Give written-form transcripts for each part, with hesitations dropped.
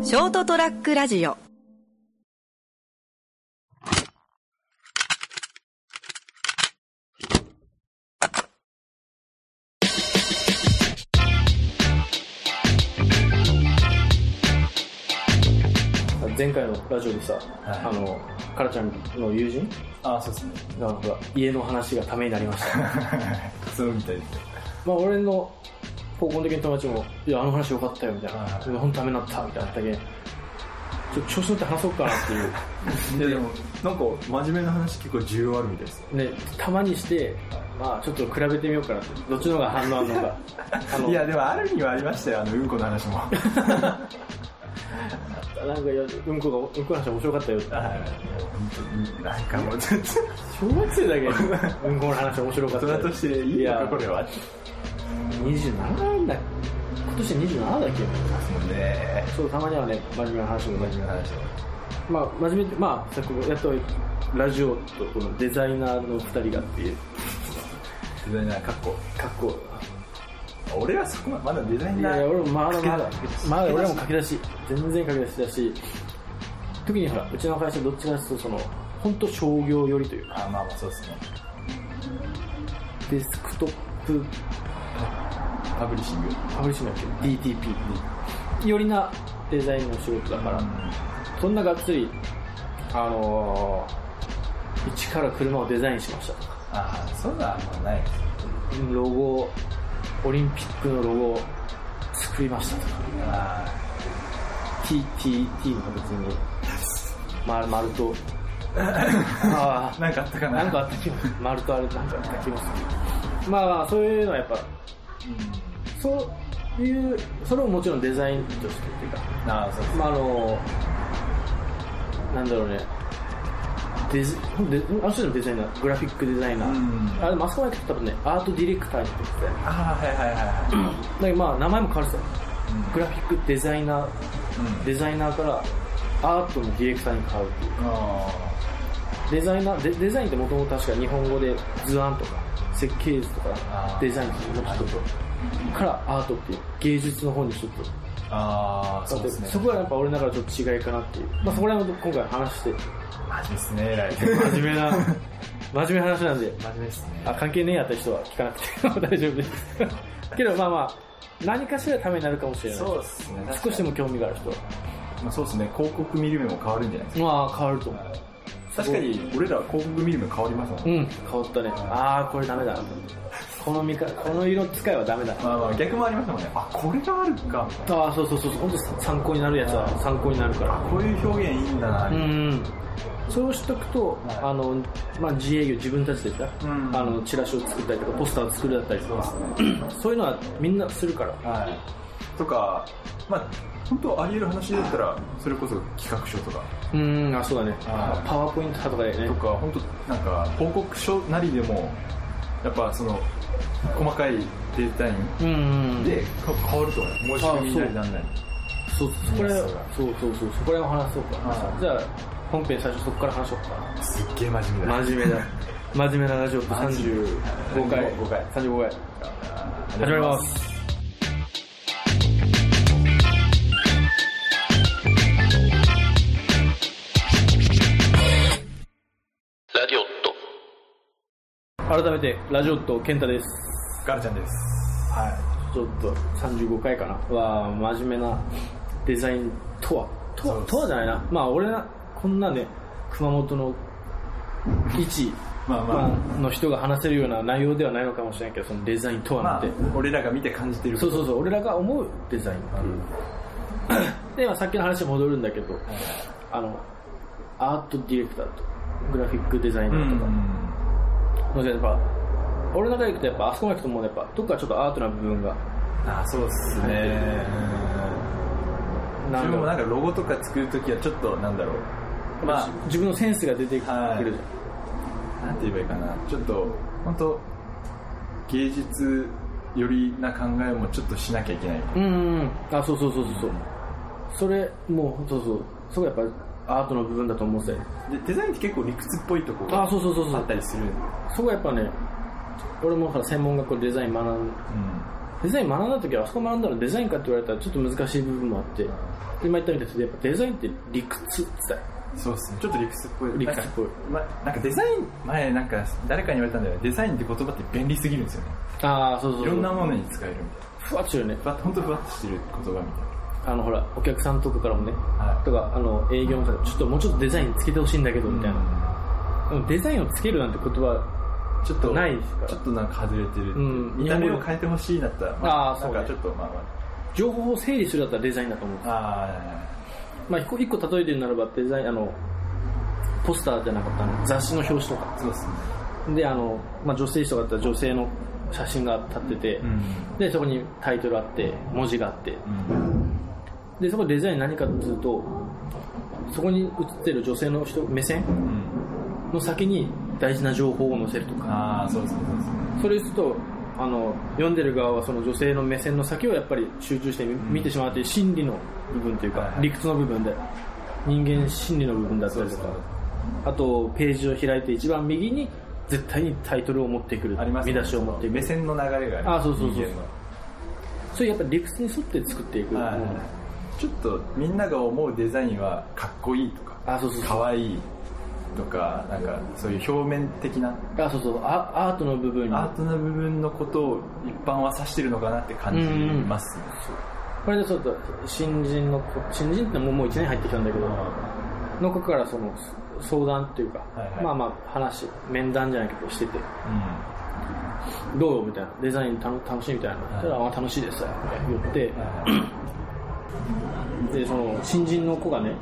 ショートトラックラジオ。 前回のラジオでさ、カラちゃんの友人、 そうですね。 なんか家の話がためになりました。 そうみたいです。 俺の高校の時の友達も、いや、あの話よかったよみたいな、本当ためになったみたいなだけ、調子乗って話そうかなっていう。 いやでもなんか真面目な話結構需要あるみたいですね。たまにして、ちょっと比べてみようかなって、どっちの方が反応あるのか。 いやでもあるにはありましたよ、うんこの話も。 なんかうんこの話面白かったよって。 なんかもうちょっと小学生だけうんこの話面白かったよ。 大人としていいのかこれは。 27なんだ。今年27だっけ。 そうね。 そうたまにはね、真面目な話も真面目な話を。真面目でさっきやっとラジオとこのデザイナーの2人がっていう。 デザイナーかっこ。俺はそこまだデザイナー。 いや俺もまだ俺も書き出し、全然書き出しだし、特にほらうちの会社どっちかというと本当商業寄りというか。 そうですね。 デスクトップパブリッシングだっけ DTP よりなデザインの仕事だから、そんながっつり一から車をデザインしましたとか。 そういうのはあんまないです。 ロゴ、オリンピックのロゴを作りましたとか。T の形に丸となんかあったかな。 なんかあった気もする。丸とあれなんかあった気もする。そういうのはやっぱ、そういうそれももちろんデザインとしてっていうか、 そうです。 なんだろうね。あの人のデザイナー、グラフィックデザイナー、でもあそこまで多分ね、アートディレクターになってて、だけど名前も変わるんですよ。グラフィックデザイナー、デザイナーからアートのディレクターに変わるっていう。デザインってもともと確か日本語で図案とか設計図とかデザインっていうのからアートっていう芸術の方にちょっとそうですね。 そこはやっぱ俺の中でちょっと違いかなっていう。そこら辺を今回話して。 真面目ですね。 真面目な話なんで。 真面目ですね。 関係ねえやった人は聞かなくて大丈夫です。けど何かしらためになるかもしれない。 そうですね。 少しでも興味がある人は。 そうですね。広告見る目も変わるんじゃないですか。 変わると思う。 確かに俺ら広告見る目変わりますもんね。 変わったね。これダメだな。この色使いはダメだ。 逆もありますもんね。これがあるか。 そう。本当参考になるやつは参考になるから。 こういう表現いいんだな。 そうしとくと、自営業自分たちでさ、チラシを作ったりとかポスターを作るだったりとか、そういうのはみんなするから。 とか、本当あり得る話だったらそれこそ企画書とか。 そうだね。パワーポイントとかでね。 とか本当なんか報告書なりでもやっぱ細かいデザインで変わると思う。申し込みなりなんなり。そこら辺を話そうか。じゃあ本編最初そこから話しようか。 すっげえ真面目なラジオって35回始まります。ラジオット。改めてラジオット健太です。 ガルちゃんです。 ちょっと35回かな真面目なデザインとはじゃないな。俺こんなね熊本の一の人が話せるような内容ではないのかもしれないけど、そのデザインとはなんて、 俺らが見て感じてる。 そう俺らが思うデザインっていう。でさっきの話に戻るんだけど、アートディレクターとグラフィックデザイナーとか、やっぱ俺の中で行くとやっぱあそこまで行くともうやっぱどっかちょっとアートな部分が。 そうっすね。自分もなんかロゴとか作るときはちょっとなんだろう。 自分のセンスが出てくるじゃん。 なんて言えばいいかな。ちょっと本当芸術寄りな考えもちょっとしなきゃいけない。 そう。それもうそこやっぱアートの部分だと思ってたよ。 デザインって結構理屈っぽいところがあったりする。 そこはやっぱね、俺も専門学校でデザイン学んデザイン学んだ時はあそこ学んだらデザインかって言われたらちょっと難しい部分もあって、で今言ったみたいにやっぱデザインって理屈って言った。 そうですね、ちょっと理屈っぽい。 理屈っぽい。 なんかデザイン、前なんか誰かに言われたんだよね、デザインって言葉って便利すぎるんですよね。 ああ、そうそうそう。 いろんなものに使えるみたいな。 ふわっとしてるね。 ほんとふわっとしてる言葉みたいな。 ほら、お客さんとかからもね、はい、とか、営業の方、ちょっともうちょっとデザインつけてほしいんだけど、みたいな。でもデザインをつけるなんて言葉、ちょっとないですか。 ちょっとなんか外れてる。見た目を変えてほしいんだったら、そうかちょっと情報を整理するだったらデザインだと思うんですよ。一個例えてるならば、デザイン、ポスターじゃなかった雑誌の表紙とか。 そうですね。 で、女性誌とかだったら女性の写真が立ってて、で、そこにタイトルあって、文字があって、で、そこデザイン何かっていうと、そこに写ってる女性の目線の先に大事な情報を載せるとか。 そうですね。 それすると、読んでる側はその女性の目線の先をやっぱり集中して見てしまって、心理の部分というか、理屈の部分で、人間心理の部分だったりとか、あとページを開いて一番右に絶対にタイトルを持ってくる、見出しを持ってくる、 目線の流れがあります。 それやっぱり理屈に沿って作っていく。 ちょっとみんなが思うデザインはかっこいいとか、かわいいとか、なんかそういう表面的な、 アートの部分のことを一般は指してるのかなって感じますね。 これでちょっと新人ってもう1年入ってきたんだけど、の子からその相談っていうか、面談じゃないけどしてて、どうみたいな、デザイン楽しいみたいな、たら楽しいですみたいな言って、でその新人の子がね、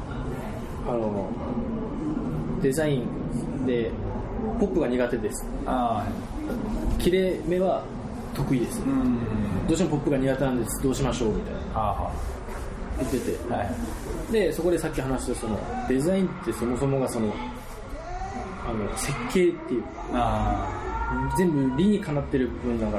デザインでポップが苦手です。切れ目は得意です。どうしてもポップが苦手なんです。どうしましょうみたいな言ってて、でそこでさっき話したそのデザインってそもそもがその設計っていう全部理にかなってる部分だから、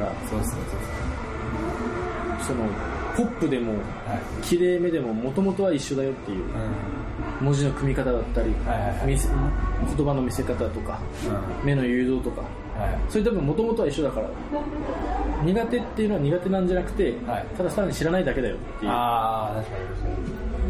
そのポップでも綺麗めでも元々は一緒だよっていう、文字の組み方だったり、言葉の見せ方とか、目の誘導とか、それ多分元々は一緒だから、苦手っていうのは苦手なんじゃなくて、ただ単に知らないだけだよっていう。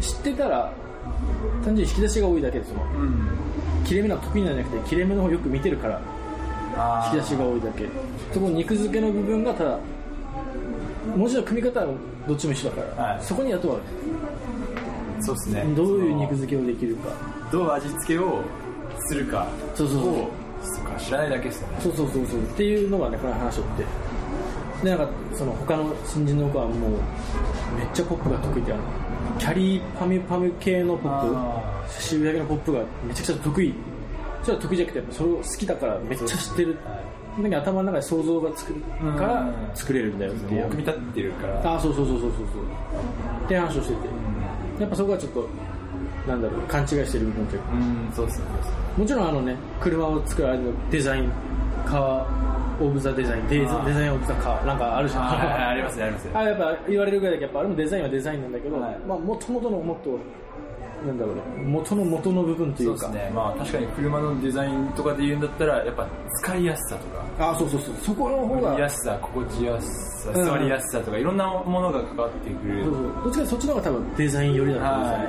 知ってたら単純に引き出しが多いだけで、その切れ目の得意なんじゃなくて切れ目の方よく見てるから引き出しが多いだけ。そこ肉付けの部分がただ文字の組み方はどっちも一緒だから、そこにあとはそうですね、 どういう肉付けをできるか、 どう味付けをするかを知らないだけですよね。 そうっていうのがね、この話をってで、なんかその他の新人の子はもうめっちゃポップが得意で、キャリーパミュパミュ系のポップ、渋谷のポップがめちゃくちゃ得意。それは得意じゃなくて、やっぱそれを好きだからめっちゃ知ってる。だけど頭の中で想像が作るから作れるんだよっていう。 組み立ってるから。 そうって話をしてて、やっぱそこはちょっとなんだろう、勘違いしてる部分というか。 そうですね。 もちろん車を作るデザイン、カーオブザデザイン、デザインオブザカーなんかあるじゃん。 ありますね。 やっぱ言われるぐらいだけど、やっぱあれもデザインはデザインなんだけど、元々のもっとなんだろうね、元の部分というか。 そうですね。確かに車のデザインとかで言うんだったら、やっぱ使いやすさとか。 そこの方が。 乗りやすさ、心地やすさ、座りやすさとか、いろんなものが関わってくる。 どっちかそっちの方が多分デザイン寄りだと思うんですよね。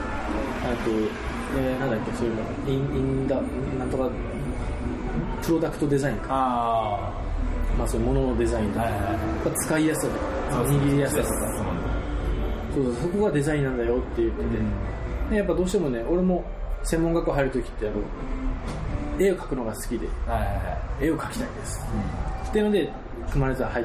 なんだっけ、そういうの。なんとか、プロダクトデザインか。そういうもののデザインとか。使いやすさとか、握りやすさとか。そこがデザインなんだよって言ってて。やっぱどうしてもね、俺も専門学校入るときって絵を描くのが好きで、絵を描きたいです、っていうので熊根座入って、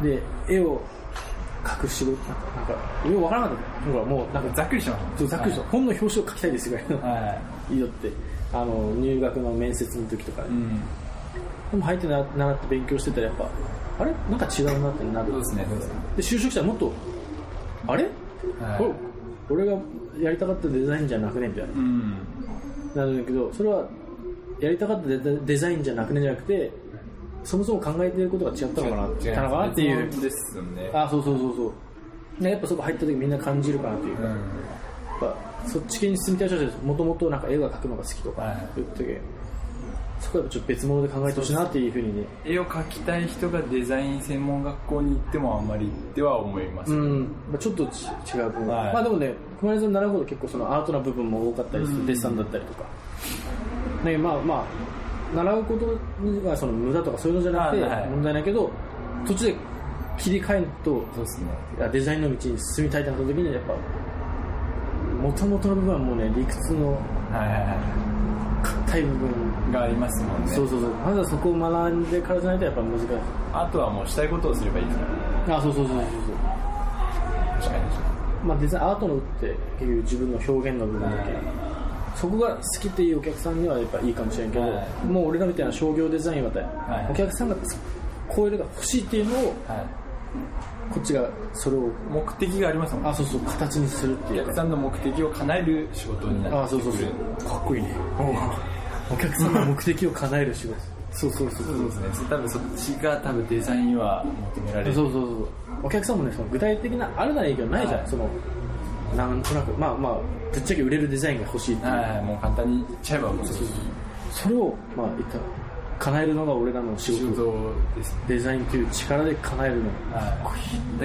で絵を描く仕事なんかよく分からなかった。もうなんかざっくりしました。 ざっくりした。本の表紙を描きたいですぐらいのいいよって入学の面接の時とかで、でも入って習って勉強してたらやっぱあれなんか違うなってなる。 そうですね。 で就職したらもっとあれ、俺がやりたかったデザインじゃなくねみたいな、なんだけど、それはやりたかったデザインじゃなくねじゃなくて、そもそも考えていることが違ったのかなっていう。 ですよね。 そうやっぱそこ入った時みんな感じるかなっていうか、やっぱそっち系に進みたい人たちもともとなんか絵が描くのが好きとか言ってて、 そこはちょっと別物で考えてほしいなっていうふうにね。 絵を描きたい人がデザイン専門学校に行ってもあんまりでは思います、 まあ、ちょっと違う部分、まあでもね熊谷さん習うこと結構そのアートな部分も多かったりする、デッサンだったりとか、ね、まあ習うことにはその無駄とかそういうのじゃなくて問題ないけど、途中で切り替えるとそうですね、デザインの道に進みたいってなった時にやっぱ元々の部分はもうね理屈の硬い部分がありますもんね。 そうまずはそこを学んでからじゃないとやっぱ難しい。 あとはもうしたいことをすればいいですからね。 そう確かに。まあデザインアートのって結局自分の表現の部分だけ、そこが好きっていうお客さんにはやっぱいいかもしれんけど、もう俺らみたいな商業デザインは、お客さんがこういうのが欲しいっていうのを、こっちがそれを目的がありますもんね。 形にするっていう。 お客さんの目的を叶える仕事になってくる。 かっこいいね。お客さんの目的を叶える仕事。そうですね。 多分そっちが多分デザインは求められる。 お客さんもね、その具体的なあるならいいけどないじゃん。そのなんとなくまあぶっちゃけ売れるデザインが欲しいっていう。 もう簡単に言っちゃえばもうそれを言ったら叶えるのが俺らの仕事です。デザインという力で叶えるのがかっこいい。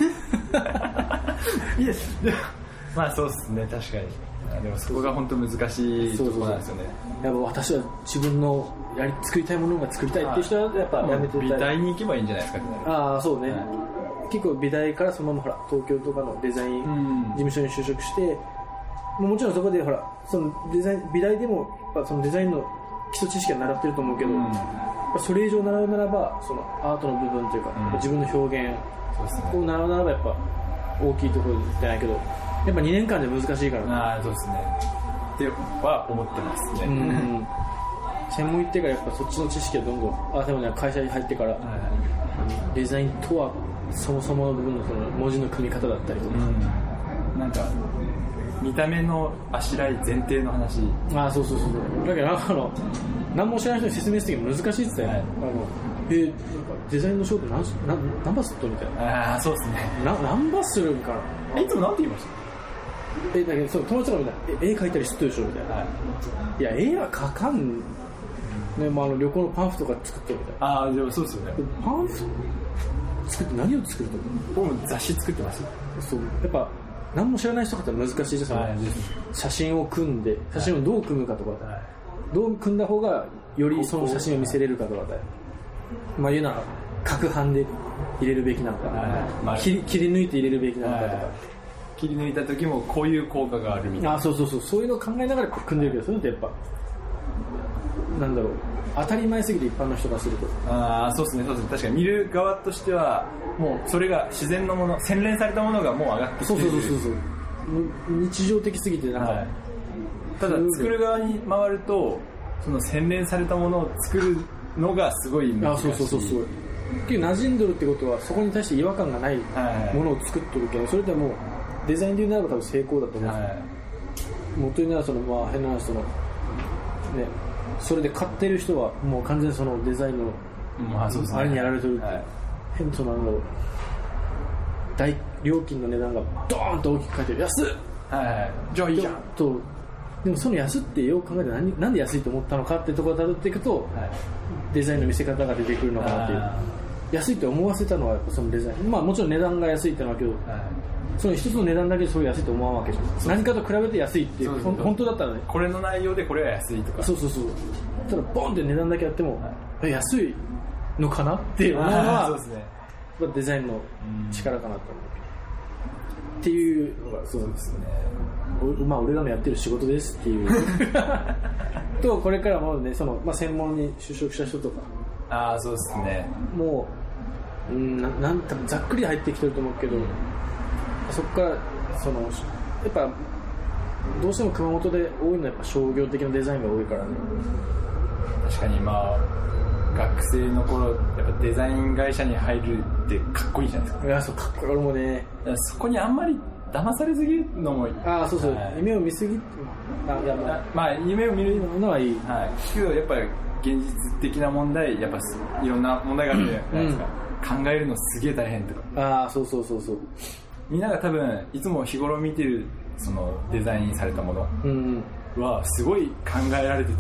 いいです。 まあそうですね、確かに。でもそこが本当難しいところなんですよね。 やっぱ私は自分の作りたいものが作りたいっていう人はやっぱやめて美大に行けばいいんじゃないですか。そうね。結構美大からそのままほら東京とかのデザイン事務所に就職して、もちろんそこでほらそのデザイン美大でもやっぱそのデザインの基礎知識は習ってると思うけど、それ以上習うならばそのアートの部分というか、自分の表現を習うならばやっぱ大きいところじゃないけど、やっぱ2年間で難しいから。 そうですね。っては思ってますね。 専門行ってからやっぱそっちの知識はどんどんでもね、会社に入ってから、デザインとはそもそもの部分のその文字の組み方だったりとか、 なんか見た目のあしらい前提の話。 そうだけど何も知らない人に説明する時難しいって言ったよね。デザインの仕事何バスとみたいな。 そうですね。 何バスするんかな。 いつもなんて言いました？ だけどそう友達とかみたいな、絵描いたり知ってるでしょみたいな。いや絵は描かんね。旅行のパンフとか作ってるみたいな。 でもそうですよね。 パンフ作って何を作ると僕も雑誌作ってます。 そうやっぱ何も知らない人だったら難しいじゃん。写真を組んで写真をどう組むかとか、どう組んだ方がよりその写真を見せれるかとか言うなら角版で入れるべきなのか、切り抜いて入れるべきなのかとか、 切り抜いた時もこういう効果があるみたいな。 そういうのを考えながら組んでるけど、そういうのってやっぱなんだろう、当たり前すぎて一般の人がすると。 そうですね。確かに見る側としてはもうそれが自然のもの、洗練されたものがもう上がってきてる。 日常的すぎてなんか、 ただ作る側に回るとその洗練されたものを作るのがすごい難しい。 結局馴染んどるってことはそこに対して違和感がないものを作っとるけど、それでもうデザインで言うならば多分成功だと思うんですよ。元になら変な話それで買ってる人はもう完全にそのデザインのあれにやられてるって、変となんだろう、大料金の値段がドーンと大きく書いてる安っ、 じゃあいいじゃんと。でもその安ってよく考えてなんで安いと思ったのかってところをたどっていくと、デザインの見せ方が出てくるのかなっていう。安いって思わせたのはやっぱそのデザイン、もちろん値段が安いってのはけど、その一つの値段だけでそういう安いと思わんわけじゃん。何かと比べて安いって本当だったらね、 これの内容でこれは安いとか、 ただボンって値段だけやっても、安いのかなっていうのはデザインの力かなと思うっていうのが、そうですね。俺らのやってる仕事ですっていうと、これからもね、専門に就職した人とか、 そうですね。 もうなんかざっくり入ってきてると思うけど、そこからやっぱどうしても熊本で多いのはやっぱ商業的なデザインが多いからね。 確かに学生の頃やっぱデザイン会社に入るってかっこいいじゃないですか。 いや、かっこいい。俺もね、 そこにあんまり騙されすぎるのも夢を見すぎ、 夢を見るのはいい。 けどやっぱり現実的な問題、やっぱいろんな問題があるじゃないですか。考えるのすげえ大変とか。 そうみんなが多分いつも日頃見てるそのデザインされたものはすごい考えられて作っ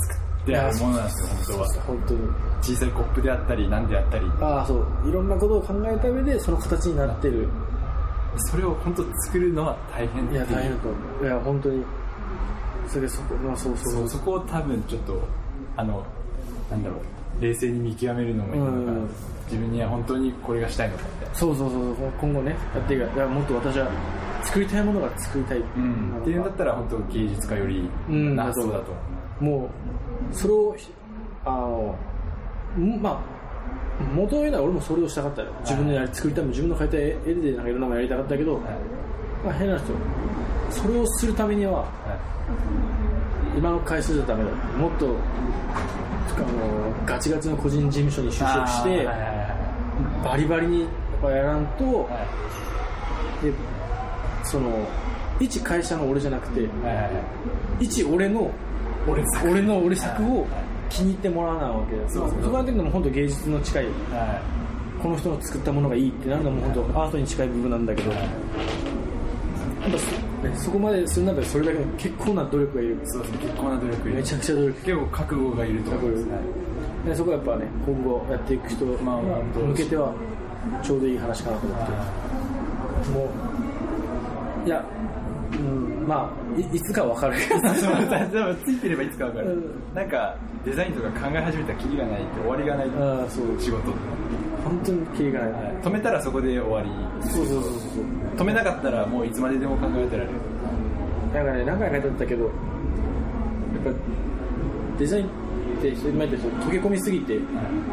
であるものなんですよ、本当は。 本当に小さいコップであったり何であったり、 そういろんなことを考えた上でその形になってる。 それを本当作るのは大変。 いや大変だと思う。いや本当にそれそこを多分ちょっとなんだろう、冷静に見極めるのもいいのかな、自分には本当にこれがしたいのかみたいな。 そう今後ねやっていくから、もっと私は作りたいものが作りたい、 っていうんだったら本当芸術家よりなそうだと思う。もうそれを元を言うなら俺もそれをしたかったよ。自分の作りたいも自分の描いた絵でなんかいろんなものやりたかったけど、変な人それをするためには、今の回数じゃダメだ。もっとガチガチの個人事務所に就職してバリバリにやっぱやらんと、でその一会社の俺じゃなくて、一俺作を気に入ってもらわないわけです。そこら辺のも本当芸術の近い、この人の作ったものがいいってなるのも本当アートに近い部分なんだけど、やっぱそこまでするならそれだけの結構な努力がいる。 そうですね、結構な努力いる。 めちゃくちゃ努力。 結構覚悟がいると思います。 でそこはやっぱね、今後やっていく人に向けてはちょうどいい話かなと思って。もういや、いつか分かる。 ついてればいつか分かる。なんかデザインとか考え始めたらキリがないって終わりがない。仕事本当にキリがない。 止めたらそこで終わり。そう止めなかったらもういつまででも考えてられる。 なんかね、何回か書いてあったけど、やっぱデザインって一人前って溶け込みすぎて、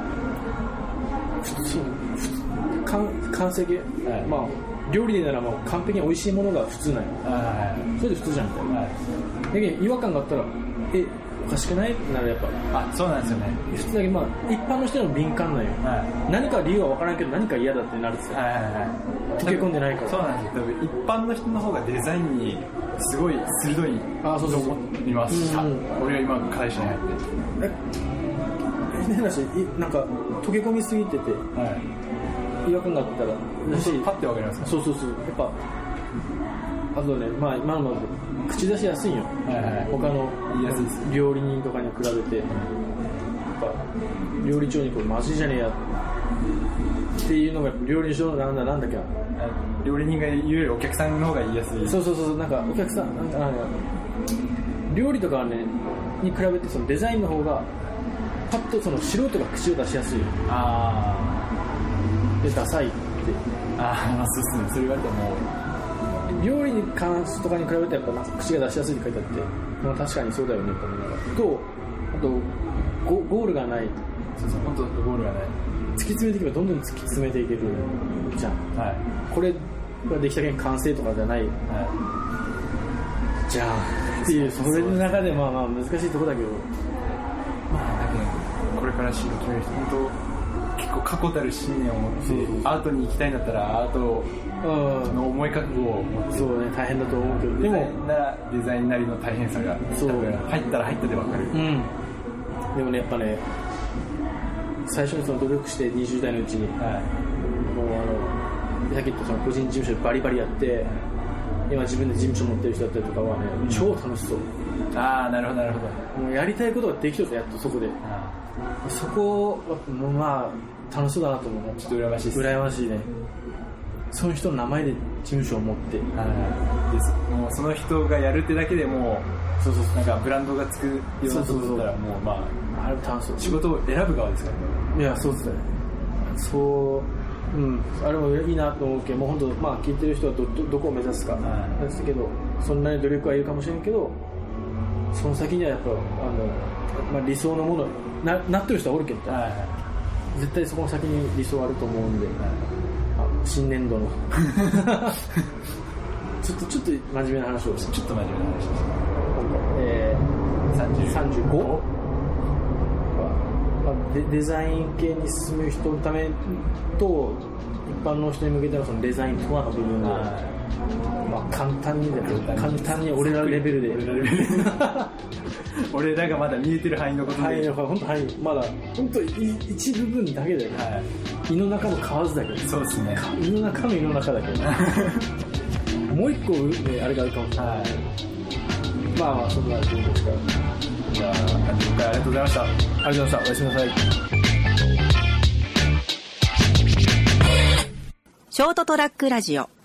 完成形、料理でならもう完璧に美味しいものが普通なんよ。それで普通じゃんみたいな。だけど違和感があったらおかしくないってなる。やっぱそうなんですよね。 普通だけど一般の人の敏感なんよ。何か理由は分からんけど何か嫌だってなるんですよ。溶け込んでないから。 そうなんですよ。一般の人の方がデザインにすごい鋭いと思いました。俺が今会社に入って変な話、なんか溶け込みすぎてて、違和感があったらパッて分かりますか。 そうやっぱあとね、今の口出しやすいんよ。他の料理人とかに比べて、やっぱ料理長にマジじゃねえやっていうのが料理長なんだっけな、 料理人が言うよりお客さんの方が言いやすい。 そうなんかお客さん料理とかはねに比べてそのデザインの方がパッとその素人が口を出しやすい。でダサいって。 そうですね。それ言われたらもう料理に関してとかに比べてやっぱ口が出しやすいって書いてあって、確かにそうだよねと思いながらあとゴールがない。 本当ゴールがない。 突き詰めていけばどんどん突き詰めていけるじゃん。これができたけん完成とかじゃない。じゃあっていう、それの中で難しいところだけど、 だけどこれから仕事決める人本当結構確固たる信念を持ってアートに行きたいんだったらアートの思い覚悟を持って。 そうね、大変だと思うけど、でもデザインなりの大変さが入ったら入ったで分かる。 でもね、やっぱね、最初にその努力して20代のうちに、もうさっき言ったその個人事務所でバリバリやって、今自分で事務所持ってる人だったりとかはね、超楽しそう。 なるほどもうやりたいことができるとやっとそこで、そこは楽しそうだなと思う。 ちょっと羨ましいです。 羨ましいね。そういう人の名前で事務所を持って、 もうその人がやるってだけでもうなんかブランドがつくようなところだったらもうあれ楽しそう。 仕事を選ぶ側ですからね。 いや、そうですね。あれもいいなと思うけど、もう本当聞いてる人はどこを目指すかですけど、そんなに努力はいるかもしれんけど、その先にはやっぱ理想のものなってる人はおるけど、絶対そこの先に理想あると思うんで、新年度のちょっと真面目な話をして、 ちょっと真面目な話をして、 35？デザイン系に進む人のためと一般の人に向けてのそのデザインとはの部分を簡単に俺らレベルで俺らがまだ見えてる範囲のことで、 まだ本当一部分だけだよね。胃の中の蛙だけど。 そうですね。 胃の中の胃の中だけどもう一個あれがあるかもしれない。そんな自分たちからじゃあ今回ありがとうございました。 ありがとうございました。おやすみなさい。 ショートトラックラジオ